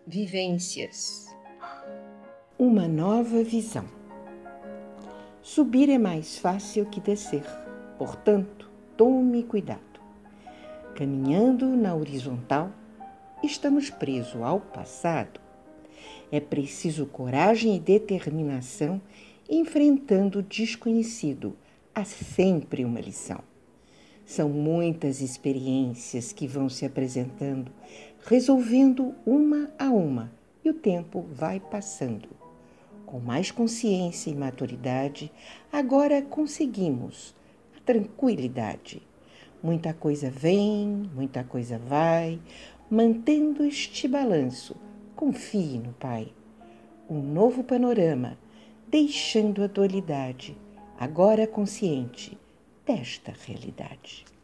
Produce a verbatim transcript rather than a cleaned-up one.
Vivências. Uma nova visão. Subir é mais fácil que descer, portanto, tome cuidado. Caminhando na horizontal, estamos presos ao passado. É preciso coragem e determinação enfrentando o desconhecido. Há sempre uma lição. São muitas experiências que vão se apresentando, resolvendo uma a uma, e o tempo vai passando. Com mais consciência e maturidade, agora conseguimos a tranquilidade. Muita coisa vem, muita coisa vai, mantendo este balanço. Confie no Pai. Um novo panorama, deixando a dualidade, agora consciente desta realidade.